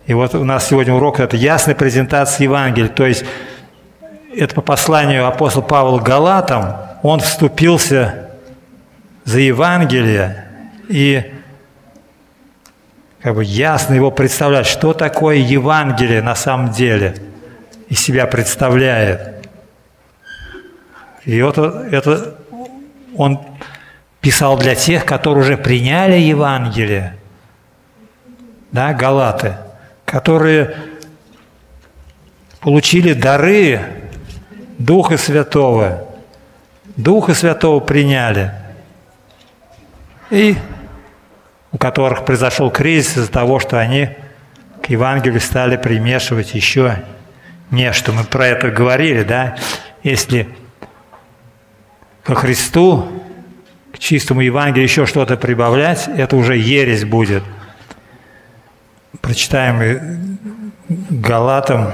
И вот у нас сегодня урок – это ясная презентация Евангелия. То есть это по посланию апостола Павла к Галатам, он вступился за Евангелие и как бы ясно его представляет, что такое Евангелие на самом деле из себя представляет. И вот это он писал для тех, которые уже приняли Евангелие, да, галаты, которые получили дары Духа Святого. Духа Святого приняли. И у которых произошел кризис из-за того, что они к Евангелию стали примешивать еще нечто. Мы про это говорили, да? Если ко Христу, к чистому Евангелию еще что-то прибавлять, это уже ересь будет. Прочитаем Галатам,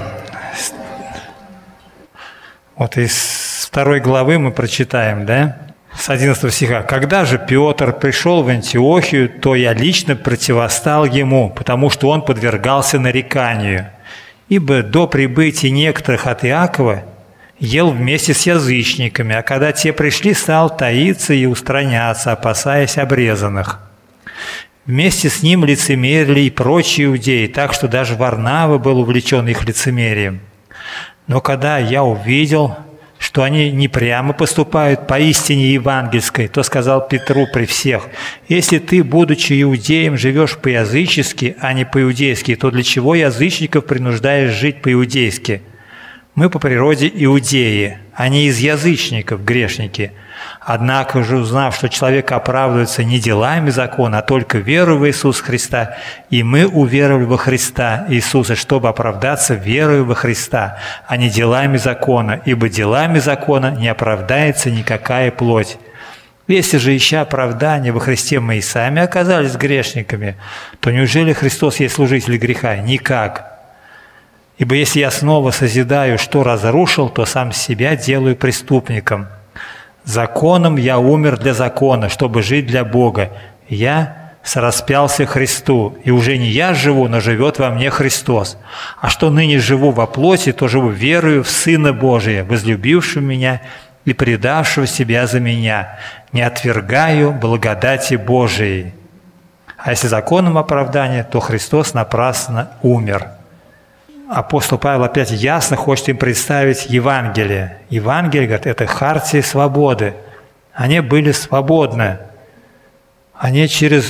вот из 2 главы мы прочитаем, да? С 11 стиха. «Когда же Петр пришел в Антиохию, то я лично противостал ему, потому что он подвергался нареканию. Ибо до прибытия некоторых от Иакова ел вместе с язычниками, а когда те пришли, стал таиться и устраняться, опасаясь обрезанных. Вместе с ним лицемерили и прочие иудеи, так что даже Варнава был увлечен их лицемерием. Но когда я увидел, что они не прямо поступают по истине евангельской, то сказал Петру при всех: если ты, будучи иудеем, живешь по-язычески, а не по-иудейски, то для чего язычников принуждаешь жить по-иудейски? Мы по природе иудеи, а не из язычников грешники. Однако же, узнав, что человек оправдывается не делами закона, а только верой в Иисуса Христа, и мы уверовали во Христа Иисуса, чтобы оправдаться верою во Христа, а не делами закона, ибо делами закона не оправдается никакая плоть. Если же, ища оправдания во Христе, мы и сами оказались грешниками, то неужели Христос есть служитель греха? Никак. Ибо если я снова созидаю, что разрушил, то сам себя делаю преступником. Законом я умер для закона, чтобы жить для Бога. Я сораспялся Христу, и уже не я живу, но живет во мне Христос. А что ныне живу во плоти, то живу верою в Сына Божия, возлюбившего меня и предавшего себя за меня. Не отвергаю благодати Божией. А если законом оправдания, то Христос напрасно умер». Апостол Павел опять ясно хочет им представить Евангелие. Евангелие, говорит, это хартия свободы. Они были свободны. Они через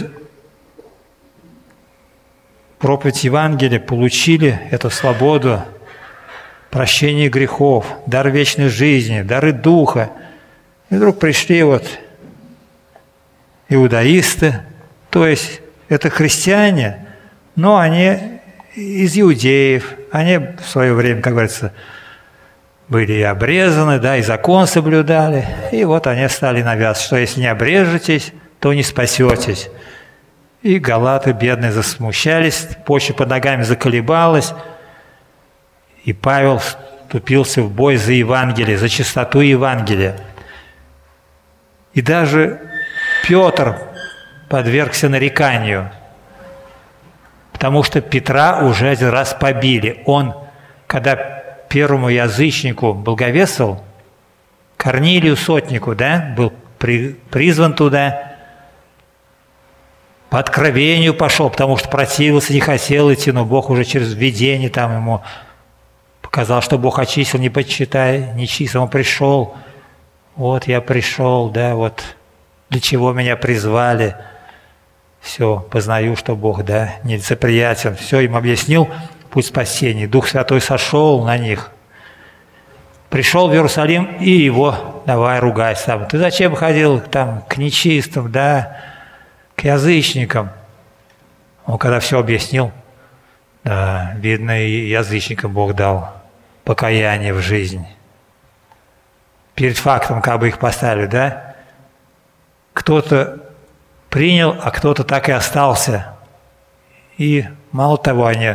проповедь Евангелия получили эту свободу, прощение грехов, дар вечной жизни, дары Духа. И вдруг пришли вот иудаисты, то есть это христиане, но они из иудеев, они в свое время, как говорится, были и обрезаны, да, и закон соблюдали, и вот они стали навязывать, что если не обрежетесь, то не спасетесь. И галаты бедные засмущались, почва под ногами заколебалась, и Павел вступился в бой за Евангелие, за чистоту Евангелия. И даже Петр подвергся нареканию, потому что Петра уже один раз побили. Он, когда первому язычнику благовествовал, Корнилию сотнику, да, был призван туда, по откровению пошел, потому что противился, не хотел идти, но Бог уже через видение там ему показал, что Бог очистил, не почитай, нечистым. Он пришел, вот я пришел, да, вот для чего меня призвали. Все, познаю, что Бог, да, нелицеприятен. Все им объяснил путь спасения. Дух Святой сошел на них. Пришел в Иерусалим, и его давай ругать там. Ты зачем ходил там к нечистым, да, к язычникам? Он когда все объяснил, да, видно, и язычникам Бог дал покаяние в жизнь. Перед фактом как бы их поставили, да? Кто-то принял, а кто-то так и остался. И мало того, они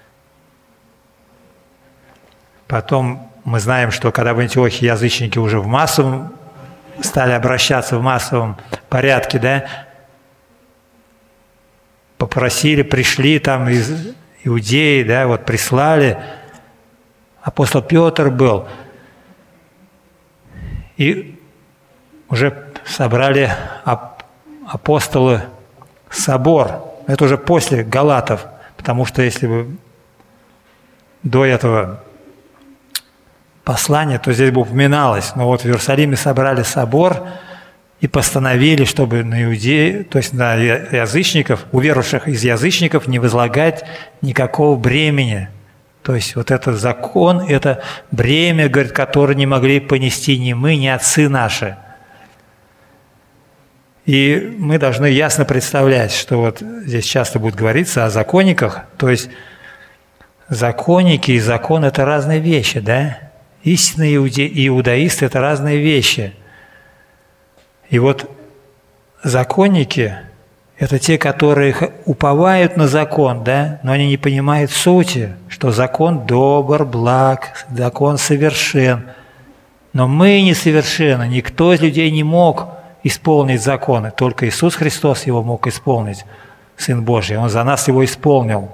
потом мы знаем, что когда в Антиохии язычники уже в массовом стали обращаться в массовом порядке, да, попросили, пришли там иудеи, да, вот прислали, апостол Петр был, и уже собрали апостолы собор. Это уже после Галатов, потому что если бы до этого послания, то здесь бы упоминалось. Но вот в Иерусалиме собрали собор и постановили, чтобы на иудеи, то есть на язычников, уверовавших из язычников, не возлагать никакого бремени. То есть вот этот закон, это бремя, говорит, которое не могли понести ни мы, ни отцы наши. И мы должны ясно представлять, что вот здесь часто будет говориться о законниках, то есть законники и закон – это разные вещи, да? Истинные иудаисты – это разные вещи. И вот законники – это те, которые уповают на закон, да? Но они не понимают сути, что закон добр, благ, закон совершен. Но мы несовершенны, никто из людей не мог исполнить законы, только Иисус Христос его мог исполнить, Сын Божий, Он за нас его исполнил.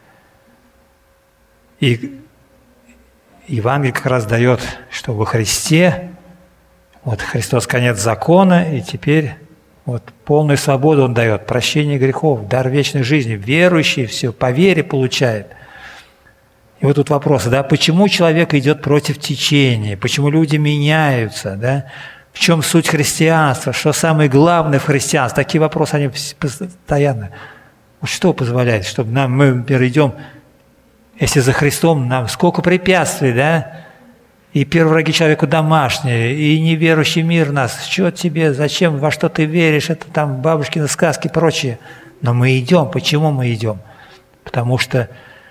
И Евангелие как раз дает, что во Христе, вот Христос конец закона, и теперь вот полную свободу Он дает, прощение грехов, дар вечной жизни, верующий все по вере получает. И вот тут вопрос, да, почему человек идет против течения, почему люди меняются, да? В чем суть христианства, что самое главное в христианстве? Такие вопросы, они постоянно. Вот что позволяет, чтобы мы, например, идем, если за Христом, нам сколько препятствий, да? И первые враги человеку домашние, и неверующий мир нас. Что тебе, зачем, во что ты веришь, это там бабушкины сказки и прочее. Но мы идем. Почему мы идем? Потому что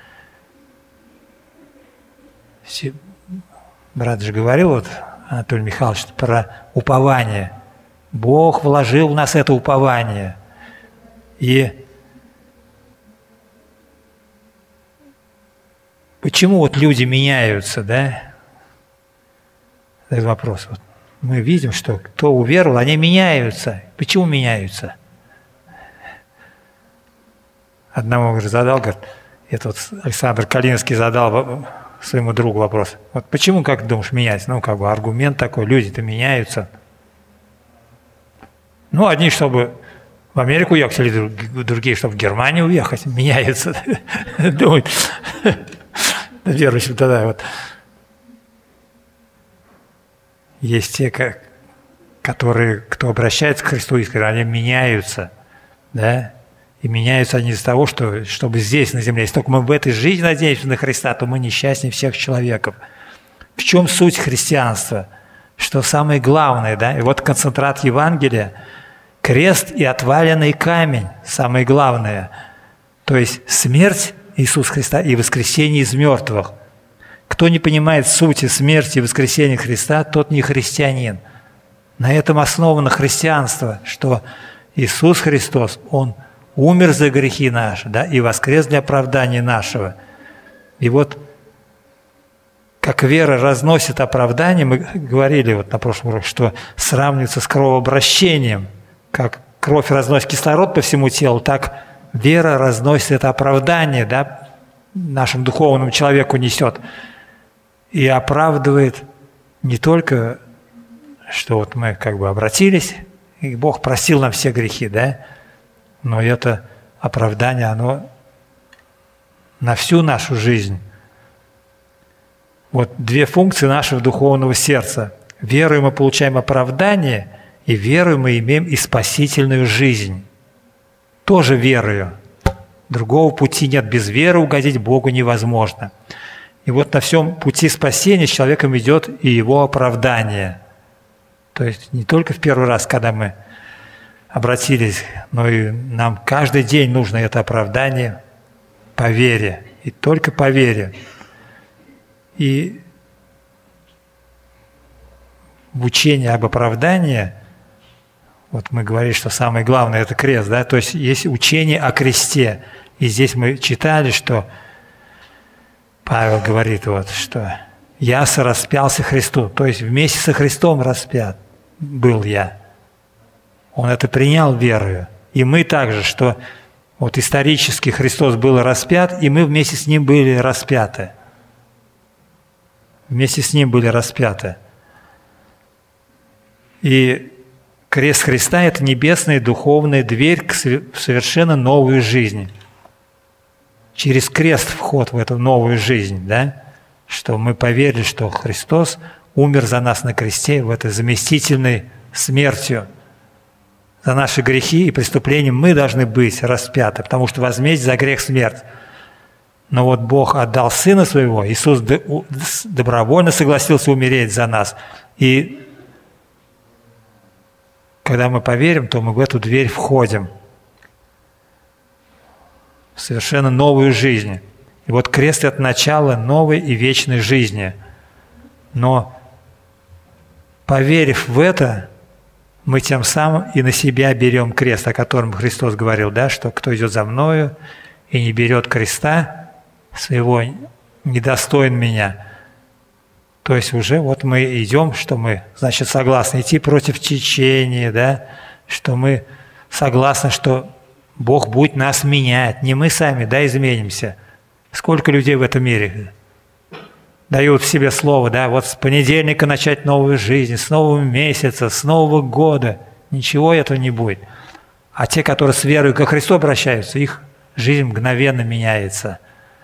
брат же говорил, вот, Анатолий Михайлович, про упование. Бог вложил в нас это упование. И почему вот люди меняются, да? Этот вопрос. Вот мы видим, что кто уверовал, они меняются. Почему меняются? Одному задал, говорит, это вот Александр Калинский задал своему другу вопрос. Вот почему, как ты думаешь, меняется? Ну, как бы аргумент такой, люди-то меняются. Ну, одни, чтобы в Америку уехать, или другие, чтобы в Германию уехать, меняются. Думают, верующим тогда вот. Есть те, которые, кто обращается к Христу искренне, они меняются, да? И меняются они из-за того, что, чтобы здесь, на земле, если только мы в этой жизни надеемся на Христа, то мы несчастнее всех человеков. В чем суть христианства? Что самое главное, да? И вот концентрат Евангелия – крест и отваленный камень, самое главное. То есть смерть Иисуса Христа и воскресение из мертвых. Кто не понимает сути смерти и воскресения Христа, тот не христианин. На этом основано христианство, что Иисус Христос, Он умер за грехи наши, да, и воскрес для оправдания нашего. И вот как вера разносит оправдание, мы говорили вот на прошлом уроке, что сравнивается с кровообращением. Как кровь разносит кислород по всему телу, так вера разносит это оправдание, да, нашему духовному человеку несет. И оправдывает не только, что вот мы как бы обратились, и Бог простил нам все грехи, да, но это оправдание, оно на всю нашу жизнь. Вот две функции нашего духовного сердца. Верою мы получаем оправдание, и верою мы имеем и спасительную жизнь. Тоже верою. Другого пути нет. Без веры угодить Богу невозможно. И вот на всем пути спасения с человеком идет и его оправдание. То есть не только в первый раз, когда мы обратились, но и нам каждый день нужно это оправдание по вере. И только по вере. И в учении об оправдании, вот мы говорили, что самое главное – это крест, да? То есть есть учение о кресте. И здесь мы читали, что Павел говорит, вот, что «я сораспялся Христу», то есть вместе со Христом распят был я. Он это принял верою. И мы также, что Вот исторически Христос был распят, и мы вместе с Ним были распяты. Вместе с Ним были распяты. И крест Христа – это небесная духовная дверь в совершенно новую жизнь. Через крест вход в эту новую жизнь, да? Что мы поверили, что Христос умер за нас на кресте в этой заместительной смертью. За наши грехи и преступления мы должны быть распяты, потому что возмездие за грех – смерть. Но вот Бог отдал Сына Своего, Иисус добровольно согласился умереть за нас. И когда мы поверим, то мы в эту дверь входим. В совершенно новую жизнь. И вот крест – это начало новой и вечной жизни. Но, поверив в это, мы тем самым и на себя берем крест, о котором Христос говорил, да, что кто идет за Мною и не берет креста своего, недостоин Меня. То есть уже вот мы идем, что мы, значит, согласны идти против течения, да, что мы согласны, что Бог будет нас менять, не мы сами, да, изменимся. Сколько людей в этом мире дают в себе слово, да, вот с понедельника начать новую жизнь, с нового месяца, с нового года. Ничего этого не будет. А те, которые с верой ко Христу обращаются, их жизнь мгновенно меняется.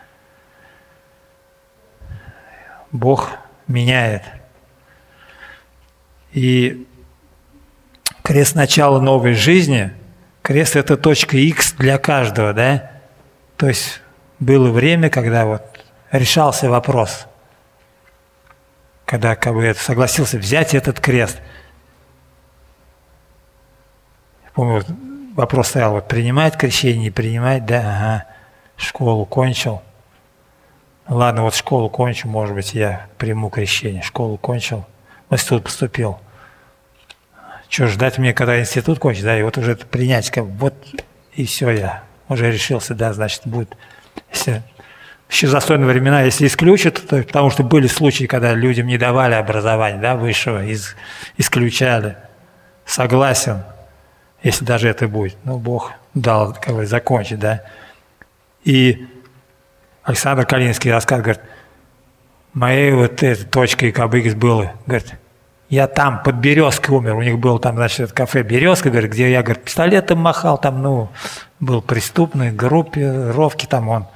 Бог меняет. И крест начала новой жизни, крест – это точка X для каждого, да? То есть было время, когда вот решался вопрос, когда как бы согласился взять этот крест. Я помню, вопрос стоял, вот принимать крещение, не принимать, да, ага, школу кончил. Ладно, вот школу кончу, может быть, я приму крещение. Школу кончил, в институт поступил. Что, ждать мне, когда институт кончится, да, и вот уже это принять, как вот, и все, я уже решился, да, значит, будет. Если еще застойные времена, если исключат, то, потому что были случаи, когда людям не давали образования, да, высшего, исключали. Согласен, если даже это будет. Ну, Бог дал, как бы, закончить, да. И Александр Калининский рассказывает, говорит, моей вот этой точкой как бы было, говорит, я там под Березкой умер, у них было там, значит, кафе «Березка», говорит, где я, говорит, пистолетом махал, там, ну, был преступный, группировки, там он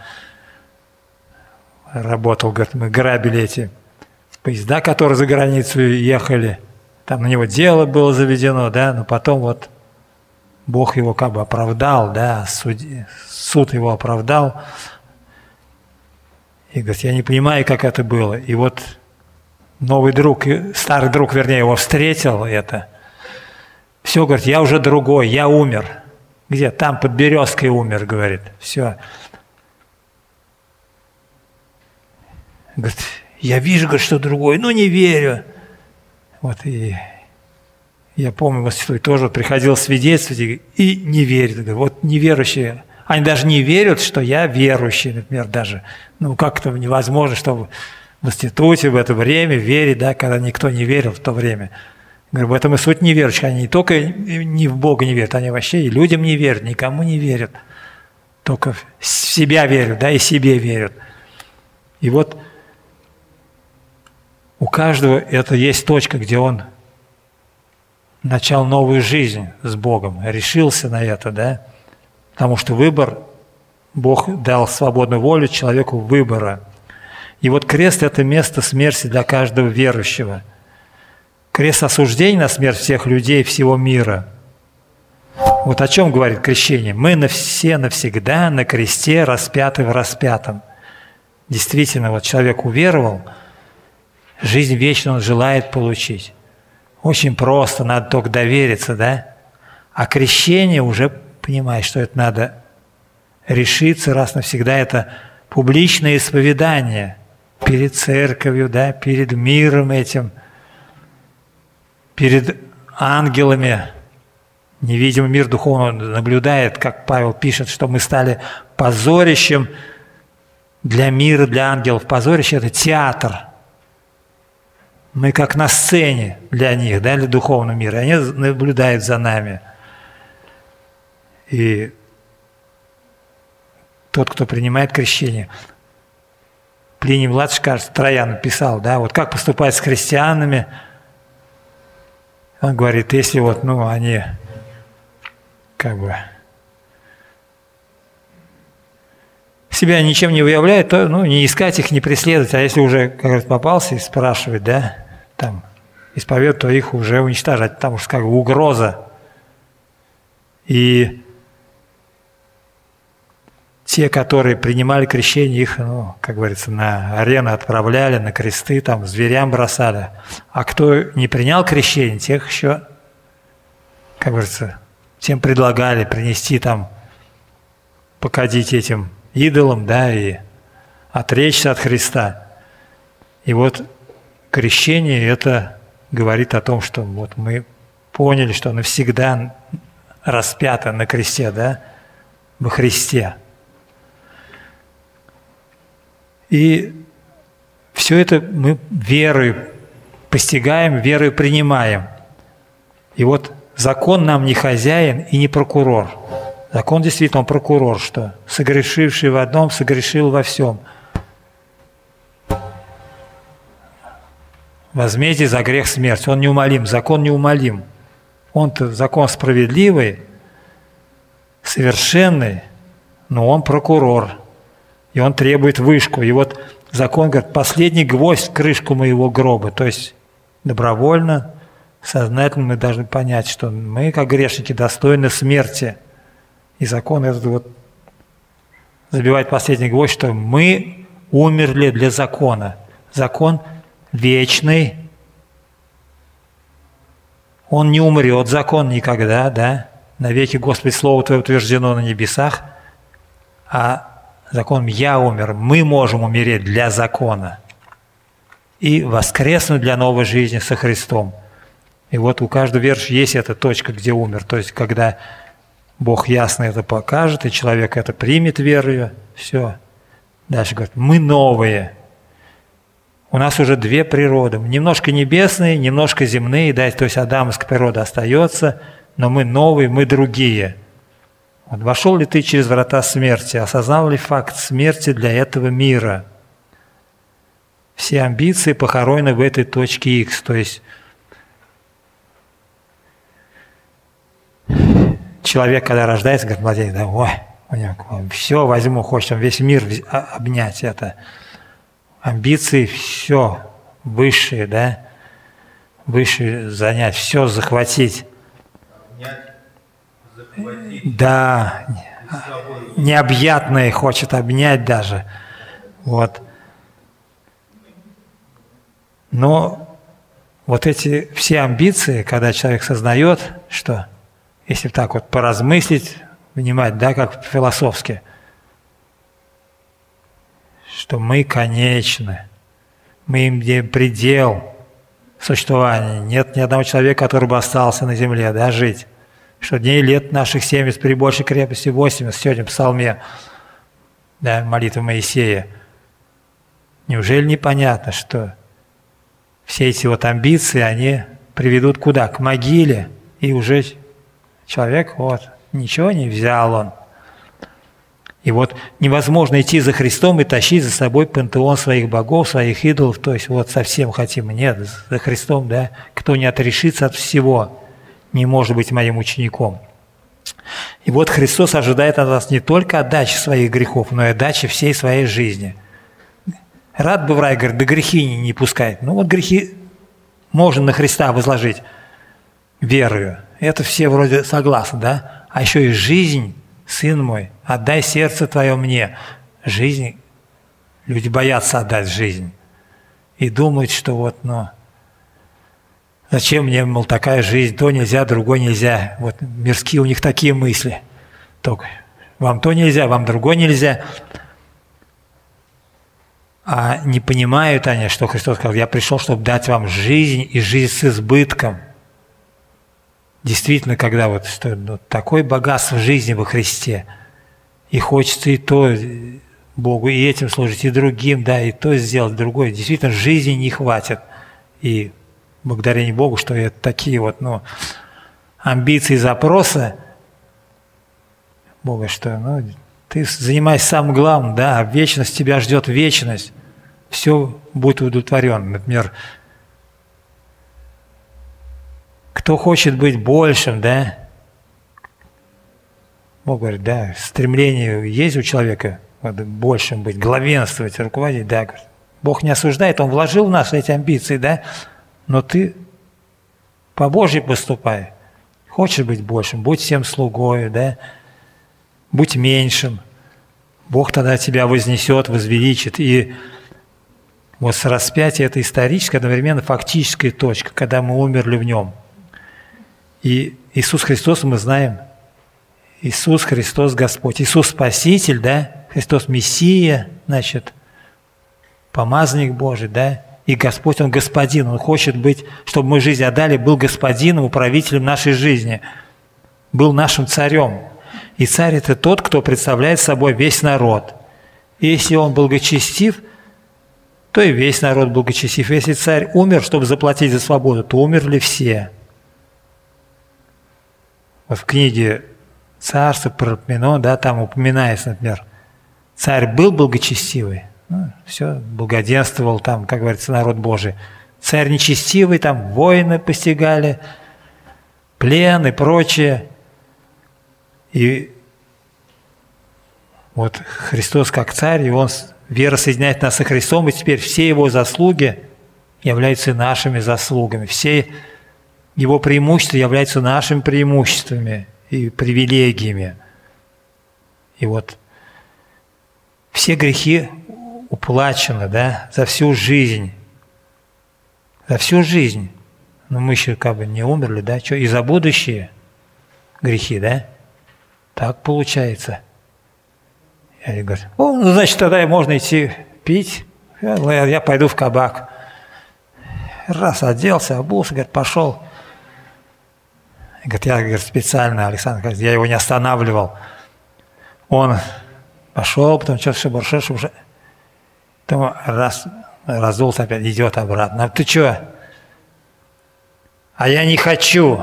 работал, говорит, мы грабили эти поезда, которые за границу ехали, там на него дело было заведено, да, но потом вот Бог его как бы оправдал, да, суд его оправдал. И говорит, я не понимаю, как это было. И вот новый друг, старый друг, вернее, его встретил это. Все, говорит, я уже другой, я умер. Где? Там под Березкой умер, говорит. Все. Говорит, я вижу, говорит, что другой, но не верю. Вот и я помню, вот тоже приходил свидетельствовать и не верит. Говорит, вот неверующие. Они даже не верят, что я верующий, например, даже. Ну, как-то невозможно, чтобы в институте в это время верить, да, когда никто не верил в то время. Говорю, в этом и суть неверующих. Они не только не в Бога не верят, они вообще и людям не верят, никому не верят. Только в себя верят, да, и себе верят. И вот у каждого это есть точка, где он начал новую жизнь с Богом, решился на это, да. Потому что выбор, Бог дал свободную волю человеку выбора. И вот крест – это место смерти для каждого верующего. Крест осуждения на смерть всех людей всего мира. Вот о чем говорит крещение. Мы все навсегда на кресте распяты в распятом. Действительно, вот человек уверовал, жизнь вечную он желает получить. Очень просто, надо только довериться, да? А крещение уже понимаешь, что это надо решиться раз навсегда. Это публичное исповедание перед церковью, да, перед миром этим, перед ангелами. Невидимый мир духовно наблюдает, как Павел пишет, что мы стали позорищем для мира, для ангелов. Позорище – это театр. Мы как на сцене для них, да, для духовного мира. Они наблюдают за нами. И тот, кто принимает крещение. Плиний-младший, кажется, Троян писал, да, вот как поступать с христианами. Он говорит, если вот, они как бы себя ничем не выявляют, то не искать их, не преследовать, а если уже, как говорят, попался и спрашивать, да, там, исповедуют, то их уже уничтожать, потому что как бы угроза. И те, которые принимали крещение, их, как говорится, на арену отправляли, на кресты, там, зверям бросали. А кто не принял крещение, тех еще, как говорится, тем предлагали принести там, покадить этим идолам, да, и отречься от Христа. И вот крещение это говорит о том, что вот мы поняли, что навсегда распято на кресте, да, во Христе. И все это мы верой постигаем, верой принимаем. И вот закон нам не хозяин и не прокурор. Закон действительно он прокурор, что согрешивший в одном согрешил во всем. Возмездие за грех смерть. Он неумолим, закон неумолим. Он-то закон справедливый, совершенный, но он прокурор. И он требует вышку. И вот закон говорит, последний гвоздь в крышку моего гроба. То есть добровольно, сознательно мы должны понять, что мы, как грешники, достойны смерти. И закон этот вот забивает последний гвоздь, что мы умерли для закона. Закон вечный. Он не умрет, закон никогда, да. Навеки, Господи, Слово Твое утверждено на небесах. А законом «я умер», мы можем умереть для закона и воскреснуть для новой жизни со Христом. И вот у каждого верующего есть эта точка, где умер. То есть, когда Бог ясно это покажет, и человек это примет верою, все. Дальше говорит, мы новые. У нас уже две природы. Немножко небесные, немножко земные, да, то есть адамовская природа остается, но мы новые, мы другие. Вот вошел ли ты через врата смерти, осознал ли факт смерти для этого мира? Все амбиции похоронены в этой точке X, то есть человек, когда рождается, говорит, младенец, да, ой, у него все возьму, хочет он весь мир обнять, это амбиции, все высшие, да, высшие занять, все захватить. Да, необъятное хочет обнять даже. Вот. Но вот эти все амбиции, когда человек сознает, что, если так вот поразмыслить, понимать, да, как философски, что мы конечны, мы имеем предел существования. Нет ни одного человека, который бы остался на земле, да, жить. Что дней лет наших 70 при большей крепости 80, сегодня в псалме, да, молитвы Моисея. Неужели непонятно, что все эти вот амбиции, они приведут куда? К могиле, и уже человек, вот, ничего не взял он. И вот невозможно идти за Христом и тащить за собой пантеон своих богов, своих идолов, то есть вот совсем хотим. Нет, за Христом, да, кто не отрешится от всего, не может быть моим учеником. И вот Христос ожидает от нас не только отдачи своих грехов, но и отдачи всей своей жизни. Рад бы в рай, говорит, да грехи не пускает. Ну вот грехи можно на Христа возложить верою. Это все вроде согласны, да? А еще и жизнь, сын мой, отдай сердце твое мне. Жизнь, люди боятся отдать жизнь. И думают, что вот, зачем мне, мол, такая жизнь, то нельзя, другой нельзя. Вот мирские у них такие мысли. Только вам то нельзя, вам другой нельзя. А не понимают они, что Христос сказал, я пришел, чтобы дать вам жизнь и жизнь с избытком. Действительно, когда вот что, такое богатство жизни во Христе, и хочется и то Богу, и этим служить, и другим, да, и то сделать, другое. Действительно, жизни не хватит. И благодарение Богу, что это такие вот, амбиции, запросы Бога, что, Ты занимайся самым главным, да, вечность тебя ждет вечность. Все будет удовлетворен. Например, кто хочет быть большим, да? Бог говорит, да, стремление есть у человека большим быть, главенствовать, руководить, да. Бог не осуждает, Он вложил в нас эти амбиции, да, но ты по Божьей поступай. Хочешь быть большим, будь всем слугою, да, будь меньшим. Бог тогда тебя вознесет, возвеличит. И вот с распятия это историческая, одновременно фактическая точка, когда мы умерли в Нем. И Иисус Христос, мы знаем, Иисус Христос Господь, Иисус Спаситель, да, Христос Мессия, значит, помазанник Божий, да, и Господь, Он Господин, Он хочет быть, чтобы мы жизнь отдали, был Господином, управителем нашей жизни, был нашим царем. И царь – это тот, кто представляет собой весь народ. И если он благочестив, то и весь народ благочестив. Если царь умер, чтобы заплатить за свободу, то умерли все. Вот в книге «Царство» Парменон, да, там упоминается, например, царь был благочестивый, ну, все, благоденствовал там, как говорится, народ Божий. Царь нечестивый, там войны постигали, плен и прочее. И вот Христос как царь, и Он, вера соединяет нас со Христом, и теперь все Его заслуги являются нашими заслугами, все Его преимущества являются нашими преимуществами и привилегиями. И вот все грехи уплачены, да, за всю жизнь. За всю жизнь. Но мы еще как бы не умерли, да, что, и за будущие грехи, да? Так получается. Я говорю, ну, значит, тогда можно идти пить. Я пойду в кабак. Раз оделся, обулся, говорит, пошел. Говорит, я, говорит, специально, Александр, говорит, я его не останавливал. Он пошел, потом что-то шебуршил, потом раз разулся, опять идет обратно. А ты что? А я не хочу.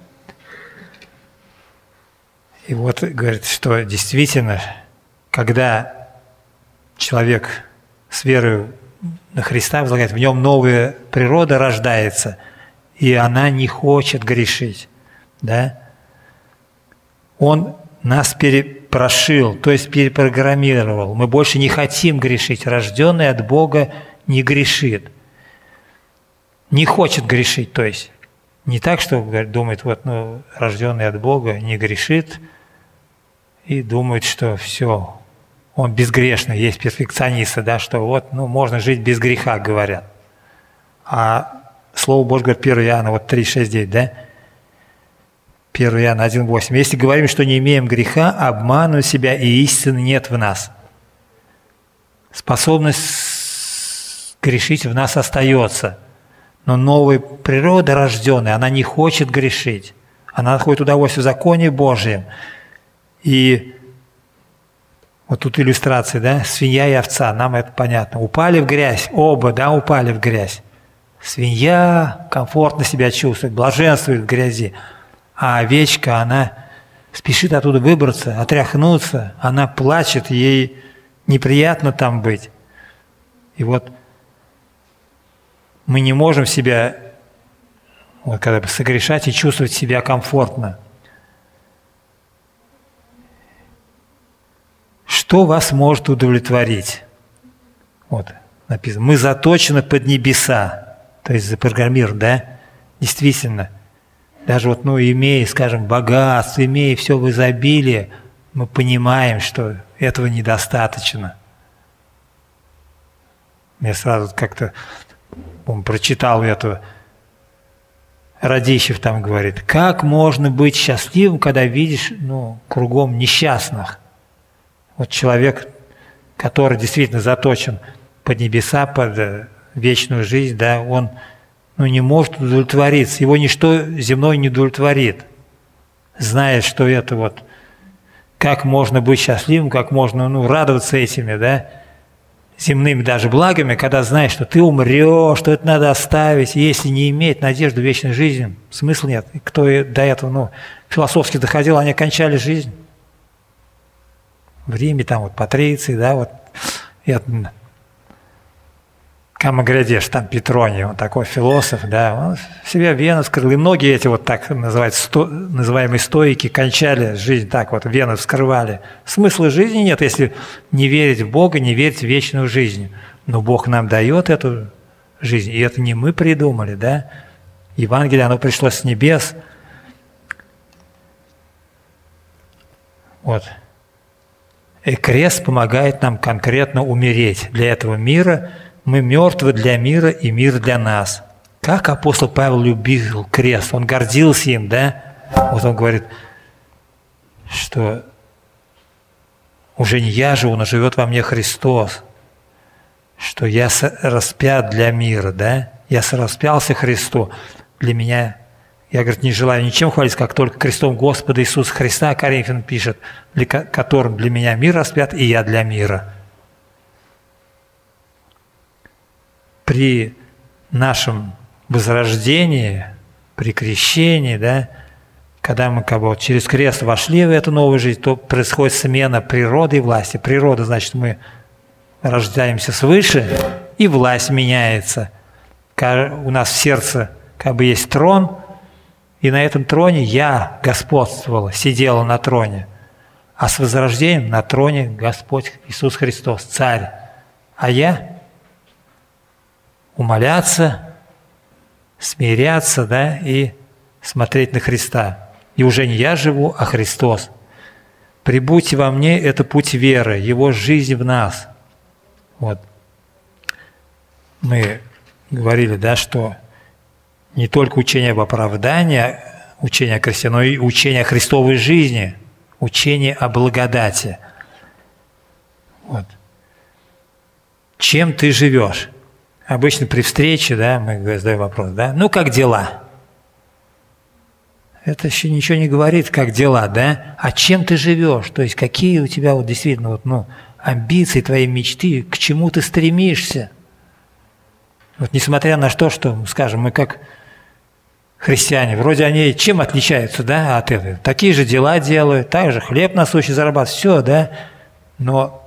И вот говорит, что действительно, когда человек с верой на Христа возлагает, в нем новая природа рождается, и она не хочет грешить, да? Он нас перепрошил, то есть перепрограммировал. Мы больше не хотим грешить. Рожденный от Бога не грешит. Не хочет грешить, то есть. Не так, что думает, вот, ну, рожденный от Бога не грешит, и думает, что все, он безгрешный, есть перфекционисты, да, что вот, ну, можно жить без греха, говорят. А Слово Божье говорит, 1 Иоанна, вот 3:6-9, да? 1 Иоанна 1:8. Если говорим, что не имеем греха, обманываем себя, и истины нет в нас. Способность грешить в нас остается. Но новая природа рожденная, она не хочет грешить. Она находит удовольствие в законе Божьем. И вот тут иллюстрация, да, свинья и овца, нам это понятно. Упали в грязь, оба, да, упали в грязь. Свинья комфортно себя чувствует, блаженствует в грязи. А овечка, она спешит оттуда выбраться, отряхнуться, она плачет, ей неприятно там быть. И вот мы не можем себя, вот когда бы согрешать и чувствовать себя комфортно. Что вас может удовлетворить? Вот написано. Мы заточены под небеса, то есть запрограммированы, да? Действительно. Даже вот, ну, имея, скажем, богатство, имея все в изобилии, мы понимаем, что этого недостаточно. Я сразу как-то прочитал это, Радищев там говорит, как можно быть счастливым, когда видишь, ну, кругом несчастных. Вот человек, который действительно заточен под небеса, под вечную жизнь, да, он, ну, не может удовлетвориться, его ничто земное не удовлетворит. Знает, что это вот, как можно быть счастливым, как можно, ну, радоваться этими, да, земными даже благами, когда знаешь, что ты умрешь, что это надо оставить, и если не имеет надежды в вечной жизни, смысла нет. И кто до этого, ну, философски доходил, они кончали жизнь. в Риме, там вот Патриций, да, вот Камаградеш, там Петроний, он такой философ, да, он себя вены вскрыл. И многие эти вот так называемые стоики кончали жизнь так вот, вены вскрывали. Смысла жизни нет, если не верить в Бога, не верить в вечную жизнь. Но Бог нам дает эту жизнь, и это не мы придумали, да. Евангелие, оно пришло с небес. Вот. И крест помогает нам конкретно умереть для этого мира. Мы мертвы для мира, и мир для нас. Как апостол Павел любил крест, он гордился им, да? Вот он говорит, что уже не я живу, но живет во мне Христос, что я распят для мира, да? Я распялся Христу для меня. Я, говорит, не желаю ничем хвалиться, как только крестом Господа Иисуса Христа, Коринфянам пишет, которым для меня мир распят, и я для мира. При нашем возрождении, при крещении, да, когда мы как бы вот через крест вошли в эту новую жизнь, то происходит смена природы и власти. Природа, значит, мы рождаемся свыше, и власть меняется. У нас в сердце как бы есть трон, и на этом троне я господствовала, сидела на троне. А с возрождением на троне Господь Иисус Христос, Царь. А я умоляться, смиряться, да, и смотреть на Христа. И уже не я живу, а Христос. «Прибудьте во мне» – это путь веры, Его жизнь в нас. Вот. Мы говорили, да, что не только учение об оправдании, учение о кресте, но и учение о Христовой жизни, учение о благодати. Вот. Чем ты живешь? Обычно при встрече, да, мы задаем вопрос, да, ну как дела? Это еще ничего не говорит, как дела, да? А чем ты живешь? То есть какие у тебя вот действительно вот, ну, амбиции, твои мечты, к чему ты стремишься? Вот несмотря на то, что, скажем, мы как христиане, вроде они чем отличаются, да, от этого? Такие же дела делают, так же хлеб насущный зарабатывают, все, да? Но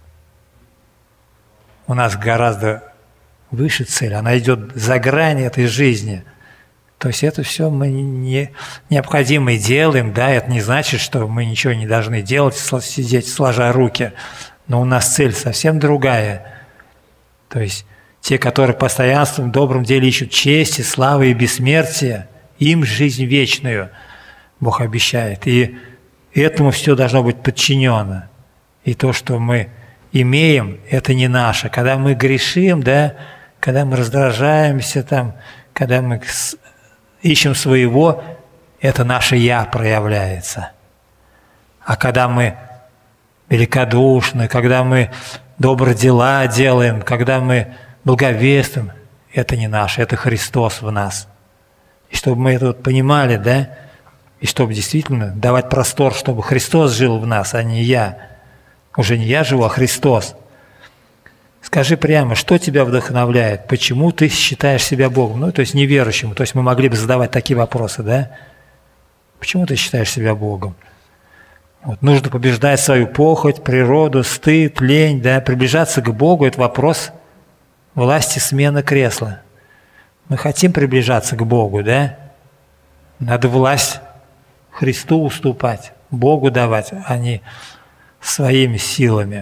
у нас гораздо выше цель, она идет за грани этой жизни. То есть это все мы необходимо делаем, да, это не значит, что мы ничего не должны делать, сидеть сложа руки, но у нас цель совсем другая. То есть те, которые постоянством в добром деле ищут чести, славы и бессмертия, им жизнь вечную Бог обещает. И этому все должно быть подчинено. И то, что мы имеем, это не наше. Когда мы грешим, да, когда мы раздражаемся, там, когда мы ищем своего, это наше «я» проявляется. А когда мы великодушны, когда мы добрые дела делаем, когда мы благовествуем, это не наше, это Христос в нас. И чтобы мы это вот понимали, да, и чтобы действительно давать простор, чтобы Христос жил в нас, а не я. Уже не я живу, а Христос. Скажи прямо, что тебя вдохновляет? Почему ты считаешь себя Богом? Ну, то есть неверующим. То есть мы могли бы задавать такие вопросы, да? Почему ты считаешь себя Богом? Вот, нужно побеждать свою похоть, природу, стыд, лень, да? Приближаться к Богу – это вопрос власти смены кресла. Мы хотим приближаться к Богу, да? Надо власть Христу уступать, Богу давать, а не своими силами.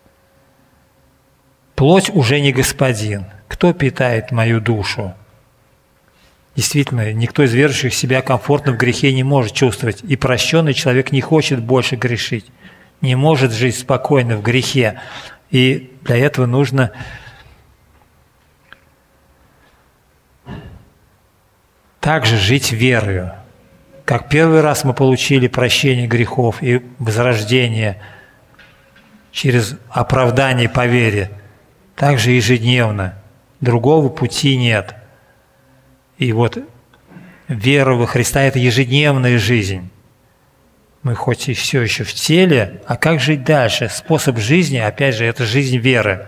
Плоть уже не господин. Кто питает мою душу? Действительно, никто из верующих себя комфортно в грехе не может чувствовать. И прощенный человек не хочет больше грешить, не может жить спокойно в грехе. И для этого нужно также жить верою. Как первый раз мы получили прощение грехов и возрождение через оправдание по вере, также ежедневно. Другого пути нет. И вот вера во Христа – это ежедневная жизнь. Мы хоть и все еще в теле, а как жить дальше? Способ жизни, опять же, это жизнь веры.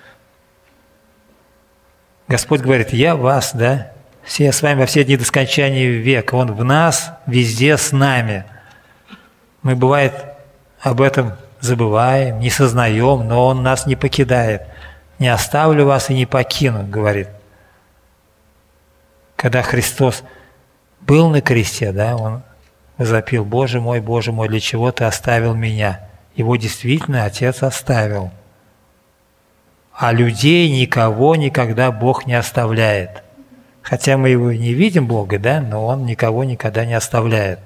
Господь говорит: «Я вас, да, все с вами во все дни до скончания века». Он в нас, везде с нами. Мы, бывает, об этом забываем, не сознаем, но Он нас не покидает. «Не оставлю вас и не покину», говорит. Когда Христос был на кресте, да, Он возопил: Боже мой, для чего Ты оставил меня?» Его действительно Отец оставил. А людей никого никогда Бог не оставляет. Хотя мы Его не видим, Бога, да, но Он никого никогда не оставляет.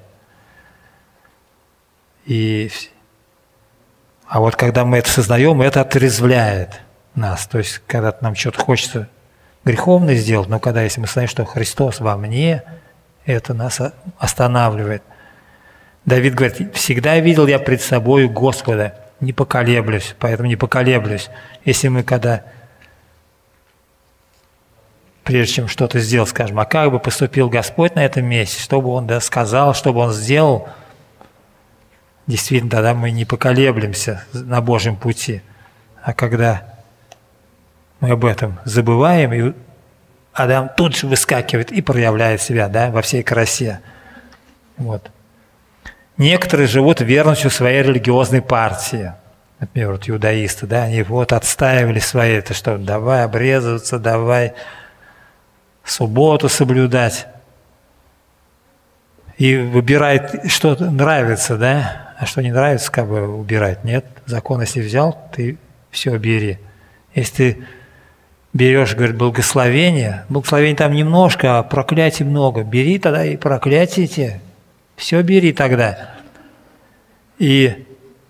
А вот когда мы это сознаем, это отрезвляет нас. То есть, когда нам что-то хочется греховное сделать, но когда, если мы знаем, что Христос во мне, это нас останавливает. Давид говорит: «Всегда видел я пред собою Господа, не поколеблюсь, поэтому не поколеблюсь». Если мы прежде чем что-то сделать, скажем: а как бы поступил Господь на этом месте, что бы Он сказал, что бы Он сделал, действительно, тогда мы не поколеблемся на Божьем пути. А когда мы об этом забываем, и Адам тут же выскакивает и проявляет себя, да, во всей красе. Вот. Некоторые живут верностью своей религиозной партии. Например, вот иудаисты, да, они вот отстаивали свои, это что, давай обрезываться, давай субботу соблюдать. И выбирает, что нравится, да, а что не нравится, как бы убирать. Нет, закон, если взял, ты все бери. Если ты берешь, говорит, благословение там немножко, а проклятий много, бери тогда и проклятие те. Все бери тогда. И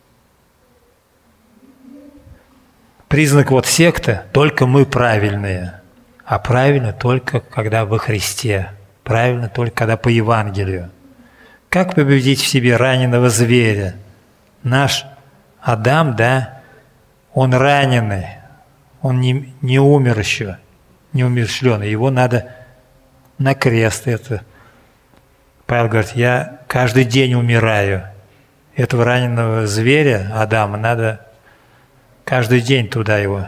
признак вот секты: только мы правильные. А правильно только когда во Христе. Правильно только когда по Евангелию. Как победить в себе раненого зверя? Наш Адам, да, он раненый. Он не умер еще, не умерщвленный. Его надо на крест это. Павел говорит: я каждый день умираю. Этого раненого зверя, Адама, надо каждый день туда его.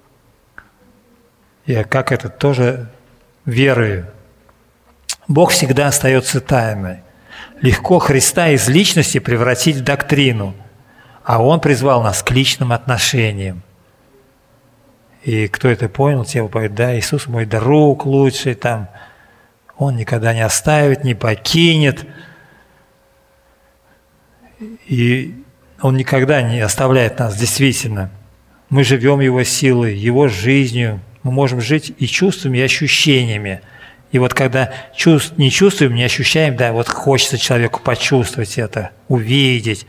Я как это тоже верую. Бог всегда остается тайной. Легко Христа из личности превратить в доктрину, а Он призвал нас к личным отношениям. И кто это понял, те поют: да, Иисус мой друг лучший, там, Он никогда не оставит, не покинет. И Он никогда не оставляет нас, действительно. Мы живем Его силой, Его жизнью. Мы можем жить и чувствами, и ощущениями. И вот когда не чувствуем, не ощущаем, да, вот хочется человеку почувствовать это, увидеть.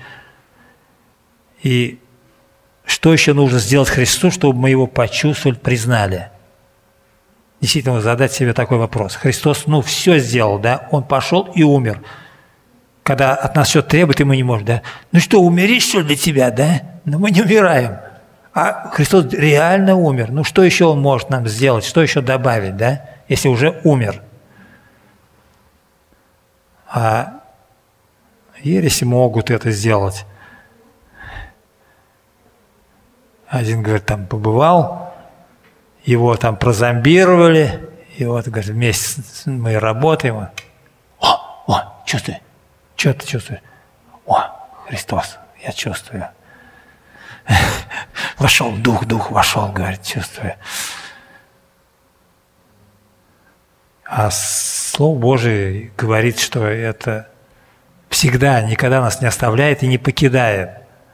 И что еще нужно сделать Христу, чтобы мы Его почувствовали, признали? Действительно, задать себе такой вопрос. Христос, все сделал, да? Он пошел и умер. Когда от нас что-то требует, и мы не можем, да? Ну что, умереть, что ли, для тебя, да? Но мы не умираем. А Христос реально умер. Ну что еще Он может нам сделать? Что еще добавить, да? Если уже умер. А ереси могут это сделать. Один, говорит, там побывал, его там прозомбировали, и вот, говорит, вместе мы работаем. Чувствую. Что ты чувствуешь? Христос, я чувствую. Вошел, дух вошел, говорит, чувствую. А Слово Божие говорит, что это всегда, никогда нас не оставляет и не покидает.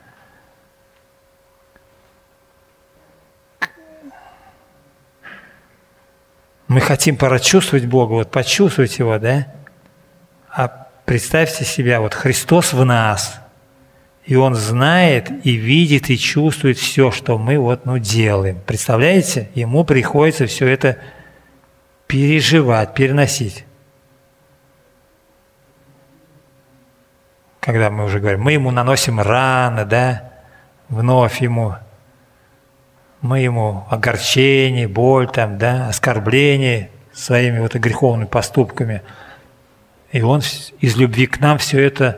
Мы хотим прочувствовать Бога, вот почувствовать Его, да? А представьте себя, вот Христос в нас, и Он знает, и видит, и чувствует все, что мы делаем. Представляете? Ему приходится все это переживать, переносить. Когда мы уже говорим, мы Ему наносим раны, да? Вновь мы Ему огорчение, боль, там, да, оскорбление своими греховными поступками. И Он из любви к нам все это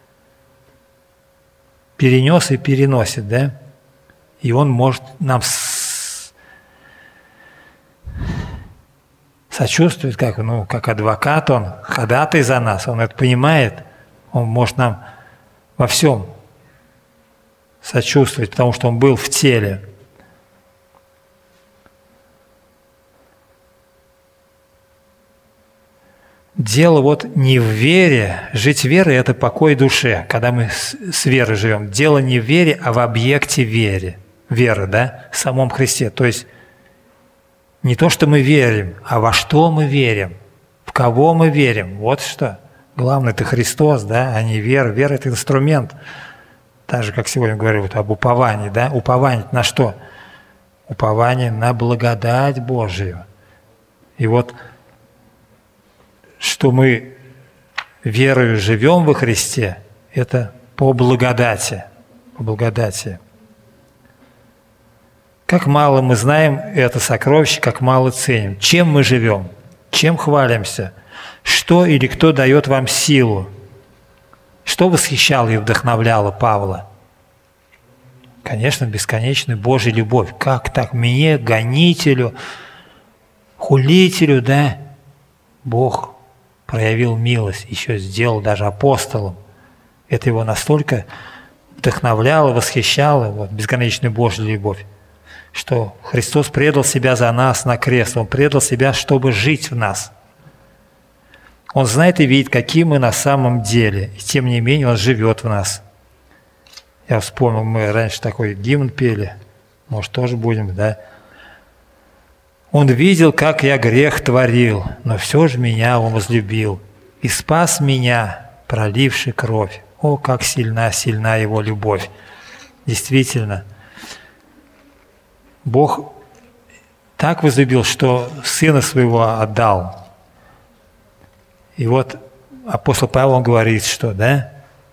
перенес и переносит, да? И Он может нам сочувствовать, как адвокат, Он ходатай за нас, Он это понимает, Он может нам во всем сочувствовать, потому что он был в теле. Дело вот не в вере. Жить верой – это покой душе, когда мы с верой живем. Дело не в вере, а в объекте веры, да, в самом Христе. То есть не то, что мы верим, а во что мы верим, в кого мы верим. Вот что. Главное – это Христос, да, а не вера. Вера – это инструмент. Так же, как сегодня говорили вот об уповании, да. Упование на что? Упование на благодать Божию. И вот что мы верою живем во Христе, это по благодати. По благодати. Как мало мы знаем это сокровище, как мало ценим. Чем мы живем? Чем хвалимся? Что или кто дает вам силу? Что восхищало и вдохновляло Павла? Конечно, бесконечная Божья любовь. Как так? Мне, гонителю, хулителю, да, Бог проявил милость, еще сделал даже апостолом. Это его настолько вдохновляло, восхищало, вот, бесконечная Божья любовь, что Христос предал себя за нас на крест. Он предал себя, чтобы жить в нас. Он знает и видит, какие мы на самом деле, и тем не менее Он живет в нас. Я вспомнил, мы раньше такой гимн пели, может, тоже будем, да? Он видел, как я грех творил, но все же меня Он возлюбил и спас меня, проливший кровь. О, как сильна, сильна Его любовь! Действительно, Бог так возлюбил, что Сына Своего отдал. И вот апостол Павел говорит, что, да,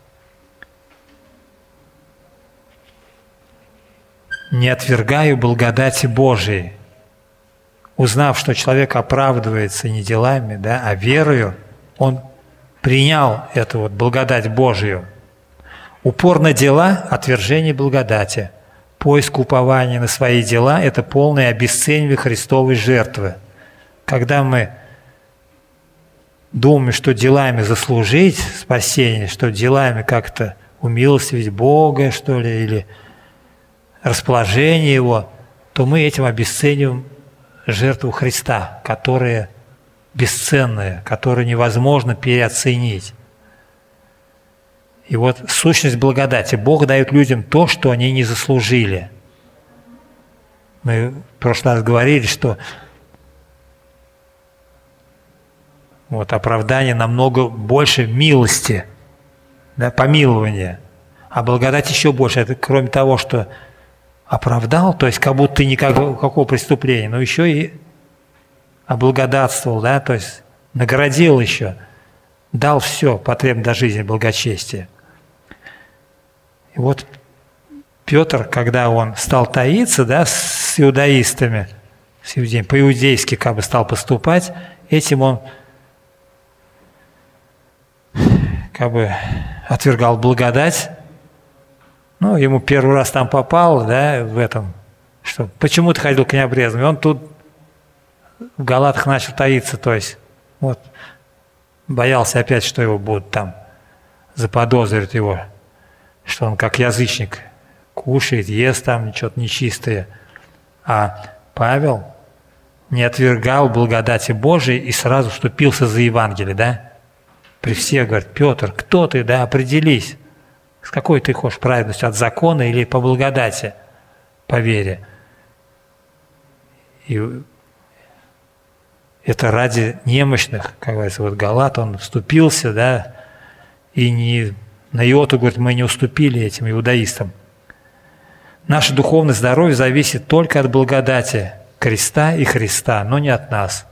не отвергаю благодати Божией. Узнав, что человек оправдывается не делами, да, а верою, он принял эту вот благодать Божию. Упор на дела – отвержение благодати. Поиск упования на свои дела – это полное обесценивание Христовой жертвы. Когда мы думаем, что делами заслужить спасение, что делами как-то умилостивить Бога, что ли, или расположение Его, то мы этим обесцениваем жертву Христа, которая бесценная, которую невозможно переоценить. И вот сущность благодати. Бог дает людям то, что они не заслужили. Мы в прошлый раз говорили, что вот оправдание намного больше милости, да, помилования, а благодать еще больше. Это кроме того, что оправдал, то есть как будто ты никакого преступления, но еще и облагодатствовал, да, то есть наградил еще, дал все потребное для жизни, благочестие. И вот Петр, когда он стал таиться, да, с иудаистами, с иудеями, по-иудейски как бы стал поступать, этим он как бы отвергал благодать. Ну, ему первый раз там попал, да, в этом, что почему ты ходил к необрезанным? И он тут в Галатах начал таиться, то есть вот боялся опять, что его будут там заподозрить его, что он как язычник кушает, ест там что-то нечистое. А Павел не отвергал благодати Божией и сразу вступился за Евангелие, да? При всех говорит: Петр, кто ты, да, определись. С какой ты хочешь праведностью, от закона или по благодати, по вере? И это ради немощных, как говорится, вот Галат, он вступился, да, и не на йоту, говорит, мы не уступили этим иудаистам. Наше духовное здоровье зависит только от благодати креста и Христа, но не от нас.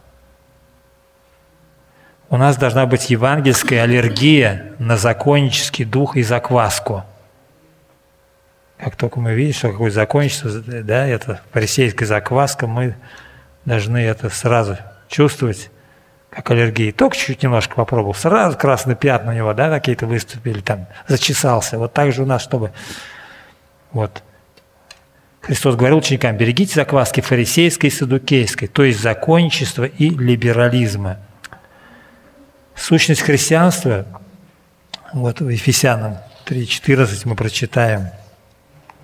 У нас должна быть евангельская аллергия на законнический дух и закваску. Как только мы видим, что какое законничество, да, это фарисейская закваска, мы должны это сразу чувствовать, как аллергия. Только чуть-чуть немножко попробовал, сразу красные пятна у него, да, какие-то выступили, там, зачесался. Вот так же у нас, чтобы... Вот. Христос говорил ученикам: берегите закваски фарисейской и саддукейской, то есть законничества и либерализма. Сущность христианства, вот в Ефесянам 3:14 мы прочитаем: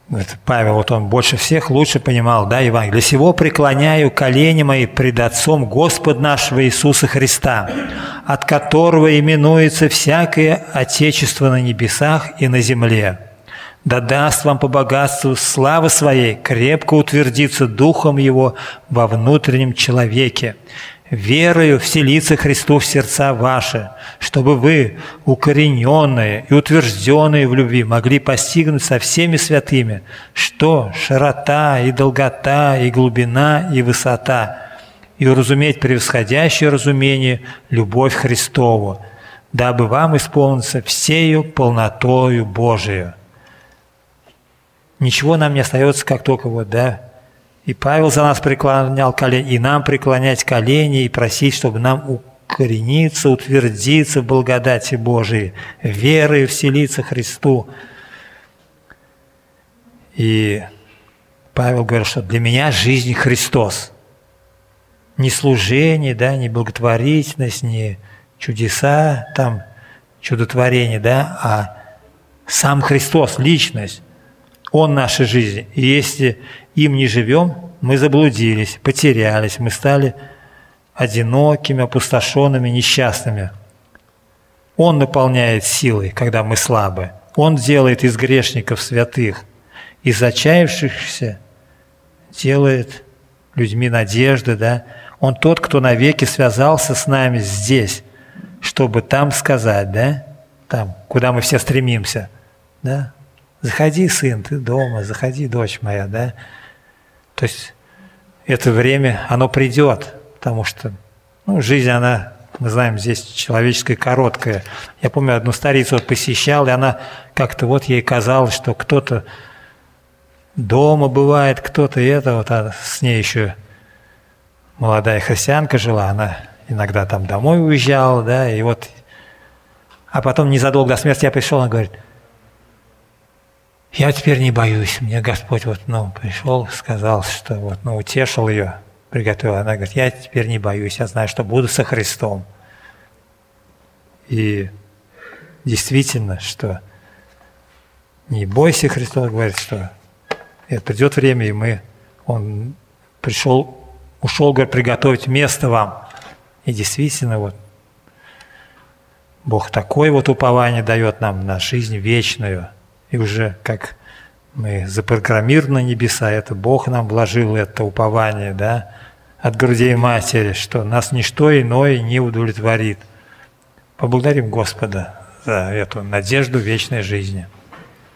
Павел, вот он больше всех лучше понимал, да, Евангелие. «Для сего преклоняю колени мои пред Отцом Господа нашего Иисуса Христа, от которого именуется всякое Отечество на небесах и на земле. Да даст вам по богатству славы Своей крепко утвердиться Духом Его во внутреннем человеке, верою вселиться Христу в сердца ваши, чтобы вы, укорененные и утвержденные в любви, могли постигнуть со всеми святыми, что широта и долгота и глубина и высота, и уразуметь превосходящее разумение любовь Христову, дабы вам исполниться всею полнотою Божию». Ничего нам не остается, как только вот, да, и Павел за нас преклонял колени, и нам преклонять колени и просить, чтобы нам укорениться, утвердиться в благодати Божией, верой вселиться Христу. И Павел говорит, что для меня жизнь Христос. Не служение, да, не благотворительность, не чудеса, там, чудотворение, да, а сам Христос, личность. Он наша жизнь. И если им не живем, мы заблудились, потерялись, мы стали одинокими, опустошенными, несчастными. Он наполняет силой, когда мы слабы. Он делает из грешников святых, из отчаявшихся делает людьми надежды, да. Он тот, кто навеки связался с нами здесь, чтобы там сказать, да, там, куда мы все стремимся, да. Заходи, сын, ты дома, заходи, дочь моя, да. То есть это время, оно придет, потому что жизнь, она, мы знаем, здесь человеческая короткая. Я помню, одну старицу вот посещал, и она как-то вот ей казалось, что кто-то дома бывает, кто-то это, вот а с ней еще молодая христианка жила, она иногда там домой уезжала, да, и вот, а потом незадолго до смерти я пришел, она говорит: я теперь не боюсь, мне Господь вот, пришел, сказал, что вот, утешил ее, приготовил. Она говорит: я теперь не боюсь, я знаю, что буду со Христом. И действительно, что не бойся, Христос говорит, что это придет время, и Он ушел, говорит, приготовить место вам. И действительно, вот, Бог такое вот упование дает нам на жизнь вечную. И уже как мы запрограммированы на небеса, это Бог нам вложил это упование, да, от грудей матери, что нас ничто иное не удовлетворит. Поблагодарим Господа за эту надежду вечной жизни.